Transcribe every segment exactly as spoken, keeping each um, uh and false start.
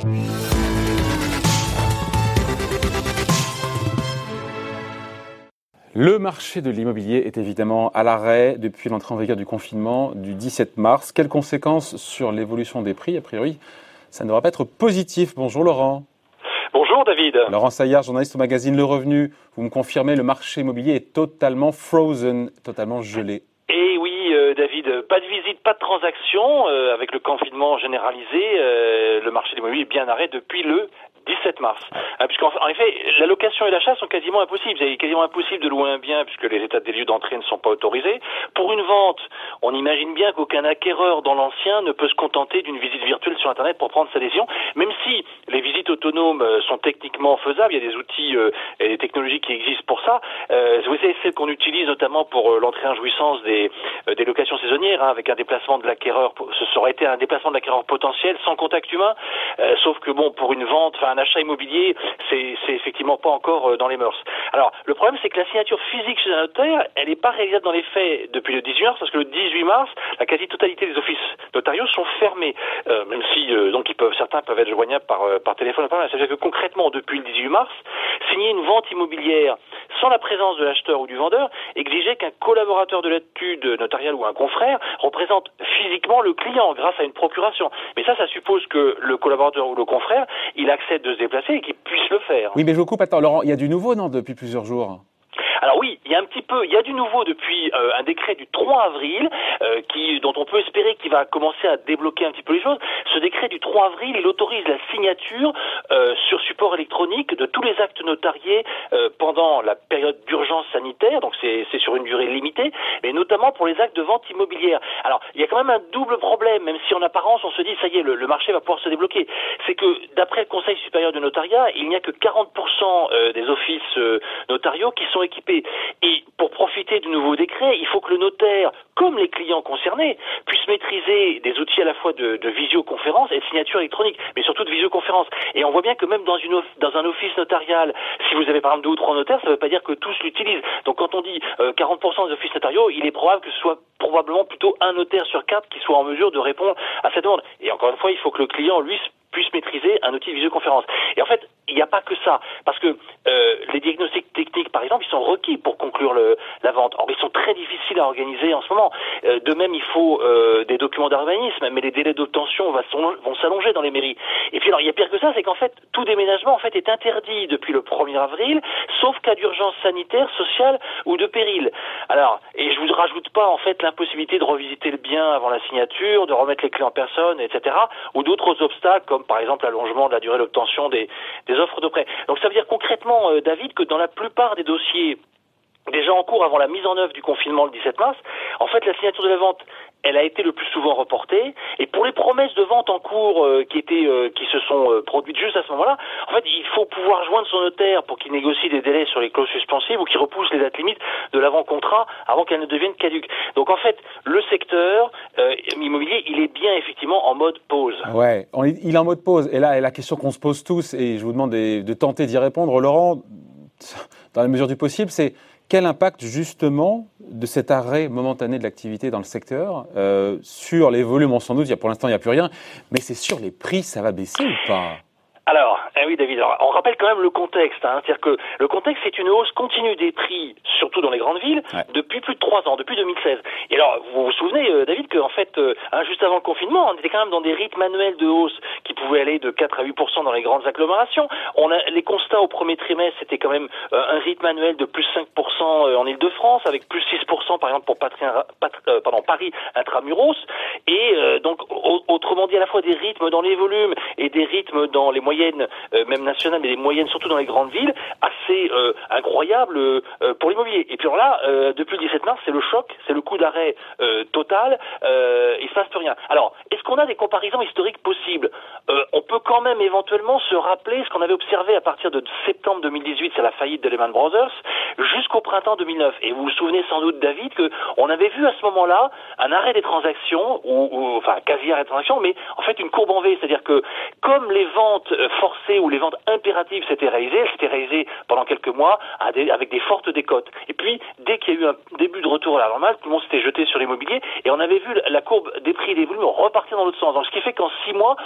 Le marché de l'immobilier est évidemment à l'arrêt depuis l'entrée en vigueur du confinement du dix-sept mars. Quelles conséquences sur l'évolution des prix? A priori, ça ne devrait pas être positif. Bonjour Laurent. Bonjour David. Laurent Saillard, journaliste au magazine Le Revenu. Vous me confirmez, le marché immobilier est totalement frozen, totalement gelé. Et oui euh, David, pas de visite, pas de transaction. Euh, avec le confinement généralisé, euh, le marché de l'immobilier est bien à l'arrêt depuis le dix-sept mars. Ah, puisqu'en en effet, la location et l'achat sont quasiment impossibles. C'est quasiment impossible de louer un bien puisque les états des lieux d'entrée ne sont pas autorisés. Pour une vente, on imagine bien qu'aucun acquéreur dans l'ancien ne peut se contenter d'une visite virtuelle sur Internet pour prendre sa décision, même si les visites autonomes sont techniquement faisables. Il y a des outils euh, et des technologies qui existent pour ça. Euh, vous savez, celles qu'on utilise notamment pour euh, l'entrée en jouissance des, euh, des locations saisonnières, hein, avec un déplacement de l'acquéreur. Ce aurait été un déplacement de l'acquéreur potentiel sans contact humain. Euh, sauf que bon, pour une vente, enfin un achat immobilier, c'est, c'est effectivement pas encore euh, dans les mœurs. Alors, le problème, c'est que la signature physique chez un notaire, elle n'est pas réalisable dans les faits depuis le dix-huit mars, parce que le dix-huit mars, la quasi-totalité des offices notariaux sont fermés, euh, même si euh, donc ils peuvent, certains peuvent être joignables par, euh, par téléphone. Ça veut dire que concrètement, depuis le dix-huit mars, signer une vente immobilière sans la présence de l'acheteur ou du vendeur exigeait qu'un collaborateur de l'étude notariale ou un confrère représente physiquement le client grâce à une procuration. Mais ça, ça suppose que le collaborateur ou le confrère, il accepte de se déplacer et qu'il puisse le faire. Oui, mais je vous coupe. Attends, Laurent, il y a du nouveau, non, depuis plusieurs jours? Alors oui, il y a un petit peu, il y a du nouveau depuis euh, un décret du trois avril euh, qui, dont on peut espérer qu'il va commencer à débloquer un petit peu les choses. Ce décret du trois avril, il autorise la signature euh, sur support électronique de tous les actes notariés euh, pendant la période d'urgence sanitaire, donc c'est, c'est sur une durée limitée, mais notamment pour les actes de vente immobilière. Alors, il y a quand même un double problème, même si en apparence on se dit, ça y est, le, le marché va pouvoir se débloquer. C'est que d'après le Conseil supérieur de notariat, il n'y a que quarante pour cent des offices euh, notariaux qui sont équipés. Et pour profiter du nouveau décret, il faut que le notaire, comme les clients concernés, puissent maîtriser des outils à la fois de, de visioconférence et de signature électronique, mais surtout de visioconférence. Et on voit bien que même dans, une, dans un office notarial, si vous avez par exemple deux ou trois notaires, ça ne veut pas dire que tous l'utilisent. Donc quand on dit euh, quarante pour cent des offices notariaux, il est probable que ce soit probablement plutôt un notaire sur quatre qui soit en mesure de répondre à cette demande. Et encore une fois, il faut que le client, lui, puisse maîtriser un outil de visioconférence. Et en fait, il n'y a pas que ça, parce que euh, les diagnostics techniques, par exemple, ils sont requis pour conclure le, la vente. Or, ils sont très difficiles à organiser en ce moment. Euh, de même, il faut euh, des documents d'urbanisme, mais les délais d'obtention va, vont s'allonger dans les mairies. Et puis, alors, il y a pire que ça, c'est qu'en fait, tout déménagement en fait est interdit depuis le premier avril, sauf cas d'urgence sanitaire, sociale ou de péril. Alors, et je vous rajoute pas en fait l'impossibilité de revisiter le bien avant la signature, de remettre les clés en personne, et cetera, ou d'autres obstacles comme par exemple l'allongement de la durée d'obtention des, des offres de prêt. Donc ça veut dire concrètement, euh, David, que dans la plupart des dossiers déjà en cours avant la mise en œuvre du confinement le dix-sept mars, en fait la signature de la vente, elle a été le plus souvent reportée. Et pour les promesses de vente en cours euh, qui étaient, euh, qui se sont euh, produites juste à ce moment-là, en fait, il faut pouvoir joindre son notaire pour qu'il négocie des délais sur les clauses suspensives ou qu'il repousse les dates limites de l'avant-contrat avant qu'elles ne deviennent caduques. Donc en fait, le secteur euh, immobilier, il est bien effectivement en mode pause. Ouais, on est, il est en mode pause. Et là, la question qu'on se pose tous, et je vous demande de, de tenter d'y répondre, Laurent, dans la mesure du possible, c'est quel impact justement de cet arrêt momentané de l'activité dans le secteur euh, sur les volumes? On s'en doute, il y a, pour l'instant il n'y a plus rien, mais c'est sur les prix, ça va baisser ou pas? Alors, eh oui David, alors, on rappelle quand même le contexte, hein, c'est-à-dire que le contexte c'est une hausse continue des prix, surtout dans les grandes villes, ouais. depuis plus de trois ans, depuis deux mille seize. Et alors, vous vous souvenez euh, David qu'en fait, euh, hein, juste avant le confinement, on était quand même dans des rythmes annuels de hausse qui pouvaient aller de quatre à huit pour cent dans les grandes agglomérations. On a les constats au premier trimestre, c'était quand même euh, un rythme annuel de plus cinq pour cent en Île-de-France, avec plus six pour cent par exemple pour Patri, Pat, euh, pardon, Paris intramuros. Et euh, donc, au, autrement dit, à la fois des rythmes dans les volumes et des rythmes dans les moyennes, euh, même nationales, mais les moyennes surtout dans les grandes villes, assez euh, incroyables euh, pour l'immobilier. Et puis alors là, euh, depuis le dix-sept mars, c'est le choc, c'est le coup d'arrêt euh, total, euh, il se passe plus rien. Alors, est-ce qu'on a des comparaisons historiques possibles? euh, On peut quand même éventuellement se rappeler ce qu'on avait observé à partir de septembre deux mille dix-huit, c'est la faillite de Lehman Brothers, jusqu'au printemps deux mille neuf. Et vous vous souvenez sans doute, David, qu'on avait vu à ce moment-là un arrêt des transactions, ou, ou enfin quasi arrêt des transactions, mais en fait une courbe en V, c'est-à-dire que comme les ventes forcées ou les ventes impératives s'étaient réalisées, elles s'étaient réalisées pendant quelques mois à des, avec des fortes décotes. Et puis, dès qu'il y a eu un début de retour à la normale, tout le monde s'était jeté sur l'immobilier et on avait vu la courbe des prix et des volumes repartir dans l'autre sens. Donc, ce qui fait qu'en six mois, on,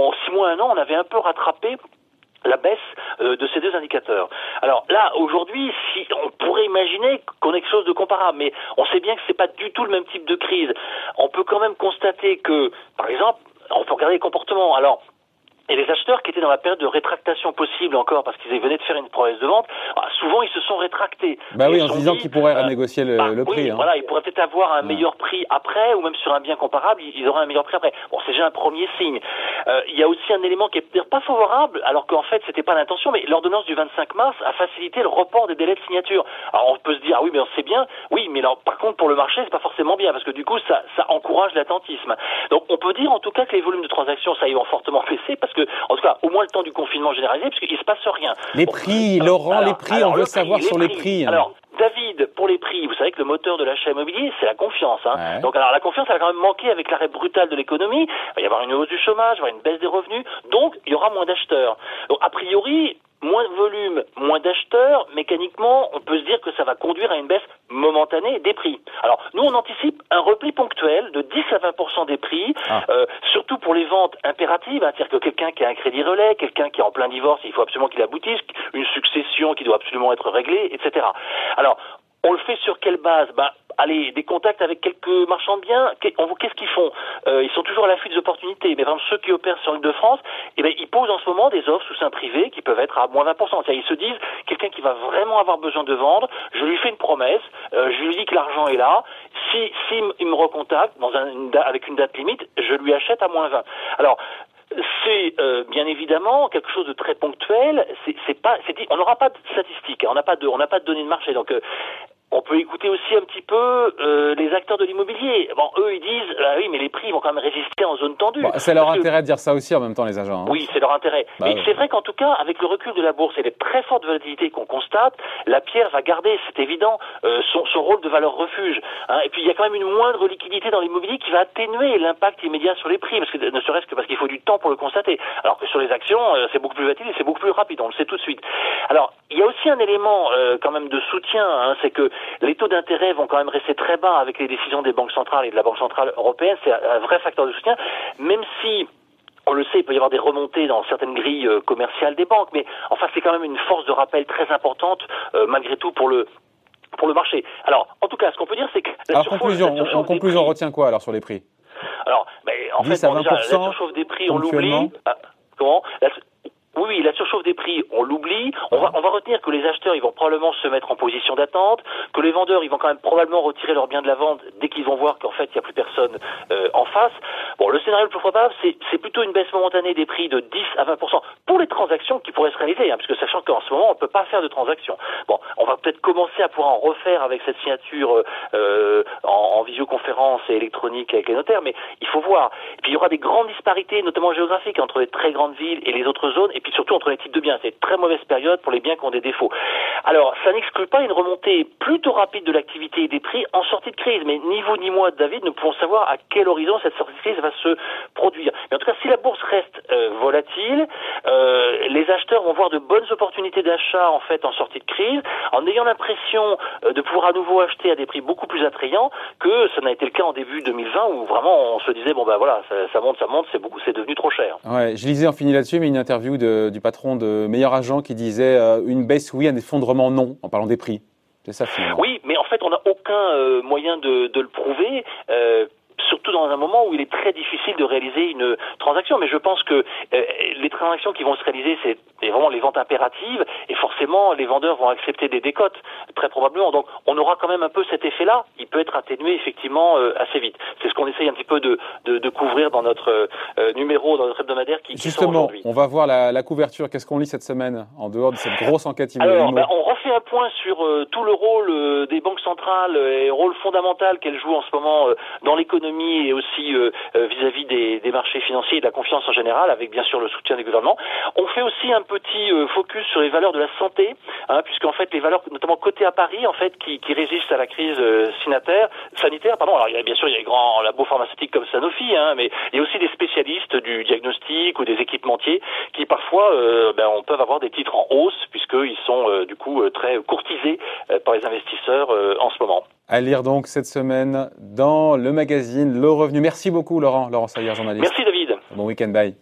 en six mois, un an, on avait un peu rattrapé la baisse euh, de ces deux indicateurs. Alors là, aujourd'hui, si on pourrait imaginer qu'on ait quelque chose de comparable, mais on sait bien que c'est pas du tout le même type de crise. On peut quand même constater que, par exemple, on peut regarder les comportements. Alors, et les acheteurs qui étaient dans la période de rétractation possible encore, parce qu'ils venaient de faire une promesse de vente, bah, souvent ils se sont rétractés. Bah oui, en se disant dit, qu'ils pourraient euh, renégocier le, bah, le prix. Oui, hein. voilà, ils pourraient peut-être avoir un ouais. meilleur prix après, ou même sur un bien comparable, ils auraient un meilleur prix après. Bon, c'est déjà un premier signe. Euh, il y a aussi un élément qui est peut-être pas favorable, alors qu'en fait c'était pas l'intention, mais l'ordonnance du vingt-cinq mars a facilité le report des délais de signature. Alors on peut se dire, ah oui, mais c'est bien, oui, mais alors, par contre pour le marché c'est pas forcément bien, parce que du coup ça, ça encourage l'attentisme. Donc on peut dire en tout cas que les volumes de transactions, ça y vont fortement baisser, parce que, en tout cas, au moins le temps du confinement généralisé, parce qu'il se passe rien. Les bon, prix, alors, Laurent, alors, les prix, alors, on veut prix, savoir les sur prix. les prix. Hein. Alors, David, pour les prix, vous savez que le moteur de l'achat immobilier, c'est la confiance. Hein. Ouais. Donc, alors, la confiance, elle a quand même manqué avec l'arrêt brutal de l'économie. Il va y avoir une hausse du chômage, il va y avoir une baisse des revenus. Donc, il y aura moins d'acheteurs. Donc, a priori, moins de volume, moins d'acheteurs, mécaniquement, on peut se dire que ça va conduire à une baisse momentanée des prix. Alors, nous, on anticipe un repli ponctuel de dix à vingt pour cent des prix, ah. euh, surtout pour les ventes impératives, hein, c'est-à-dire que quelqu'un qui a un crédit relais, quelqu'un qui est en plein divorce, il faut absolument qu'il aboutisse, une succession qui doit absolument être réglée, et cetera. Alors, on le fait sur quelle base ? Ben, allez, des contacts avec quelques marchands de biens, qu'est-ce qu'ils font ? euh, Ils sont toujours à l'affût des opportunités, mais vraiment ceux qui opèrent sur l'île de France, eh ben, ils posent en ce moment des offres sous seing privé qui peuvent être à moins vingt pour cent. C'est-à-dire, ils se disent, quelqu'un qui va vraiment avoir besoin de vendre, je lui fais une promesse, euh, je lui dis que l'argent est là, si, si il me recontacte dans un, une, avec une date limite, je lui achète à moins vingt. Alors, c'est euh, bien évidemment quelque chose de très ponctuel. C'est, c'est pas, c'est dit, on n'aura pas de statistiques, hein, on n'a pas de, on n'a pas de données de marché. Donc, euh, on peut écouter aussi un petit peu euh, les acteurs de l'immobilier. Bon, eux, ils disent, ah oui, mais les prix vont quand même résister en zone tendue. Bon, c'est leur intérêt que... de dire ça aussi en même temps, les agents. Hein. Oui, c'est leur intérêt. Bah, mais ouais. C'est vrai qu'en tout cas, avec le recul de la bourse et les très fortes volatilités qu'on constate, la pierre va garder, c'est évident, euh, son, son rôle de valeur refuge. Hein. Et puis, il y a quand même une moindre liquidité dans l'immobilier qui va atténuer l'impact immédiat sur les prix, parce que ne serait-ce que parce qu'il faut du temps pour le constater. Alors que sur les actions, euh, c'est beaucoup plus volatile et c'est beaucoup plus rapide, on le sait tout de suite. Alors, il y a aussi un élément euh, quand même de soutien, hein, c'est que les taux d'intérêt vont quand même rester très bas avec les décisions des banques centrales et de la Banque centrale européenne. C'est un vrai facteur de soutien, même si, on le sait, il peut y avoir des remontées dans certaines grilles euh, commerciales des banques, mais enfin c'est quand même une force de rappel très importante euh, malgré tout pour le pour le marché. Alors, en tout cas, ce qu'on peut dire, c'est que la alors, surchauffe, conclusion, la surchauffe en conclusion, on retient quoi alors sur les prix ? Alors, ben, en fait, bon, déjà, la surchauffe des prix, on l'oublie. Ah, comment la, Oui, oui, la surchauffe des prix, on l'oublie. On va, on va retenir que les acheteurs, ils vont probablement se mettre en position d'attente, que les vendeurs, ils vont quand même probablement retirer leurs biens de la vente dès qu'ils vont voir qu'en fait, il n'y a plus personne euh, en face. Bon, le scénario le plus probable, c'est, c'est plutôt une baisse momentanée des prix de dix à vingt pour cent pour les transactions qui pourraient se réaliser, hein, puisque sachant qu'en ce moment, on ne peut pas faire de transactions. Bon, on va peut-être commencer à pouvoir en refaire avec cette signature euh, en, en visioconférence et électronique avec les notaires, mais il faut voir. Et puis, il y aura des grandes disparités, notamment géographiques, entre les très grandes villes et les autres zones, et puis surtout entre les types de biens. C'est une très mauvaise période pour les biens qui ont des défauts. Alors, ça n'exclut pas une remontée plutôt rapide de l'activité et des prix en sortie de crise, mais ni vous ni moi, David, ne pouvons savoir à quel horizon cette sortie de crise va se produire. Mais en tout cas, si la bourse reste euh, volatile, euh, les acheteurs vont voir de bonnes opportunités d'achat en fait en sortie de crise, en ayant l'impression euh, de pouvoir à nouveau acheter à des prix beaucoup plus attrayants que ça n'a été le cas en début deux mille vingt où vraiment on se disait bon ben voilà, ça, ça monte, ça monte, c'est beaucoup, c'est devenu trop cher. Ouais, je lisais, on finit là-dessus, mais une interview de, du patron de Meilleur Agent qui disait euh, une baisse oui, un effondrement non, en parlant des prix. C'est ça finalement. Oui, mais en fait on n'a aucun euh, moyen de, de le prouver. Euh, surtout dans un moment où il est très difficile de réaliser une transaction. Mais je pense que euh, les transactions qui vont se réaliser, c'est vraiment les ventes impératives, et forcément, les vendeurs vont accepter des décotes, très probablement. Donc, on aura quand même un peu cet effet-là. Il peut être atténué, effectivement, euh, assez vite. C'est ce qu'on essaye un petit peu de, de, de couvrir dans notre euh, numéro, dans notre hebdomadaire qui, qui sort aujourd'hui. Justement, on va voir la, la couverture. Qu'est-ce qu'on lit cette semaine, en dehors de cette grosse enquête immobilière? Alors, ben, on refait un point sur euh, tout le rôle euh, des banques centrales et le rôle fondamental qu'elles jouent en ce moment euh, dans l'économie et aussi euh, euh, vis-à-vis des, des marchés financiers et de la confiance en général, avec bien sûr le soutien des gouvernements. On fait aussi un petit euh, focus sur les valeurs de la santé, hein, puisqu'en fait les valeurs, notamment cotées à Paris, en fait, qui, qui résistent à la crise euh, sanitaire, sanitaire. Pardon. Alors, il y a, bien sûr, il y a les grands labos pharmaceutiques comme Sanofi, hein, mais il y a aussi des spécialistes du diagnostic ou des équipementiers qui parfois, euh, ben, on peut avoir des titres en hausse puisqu'ils sont euh, du coup euh, très courtisés euh, par les investisseurs euh, en ce moment. À lire donc cette semaine dans le magazine Le Revenu. Merci beaucoup Laurent, Laurent Sayer, journaliste. Merci David. Bon week-end, bye.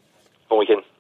Bon week-end.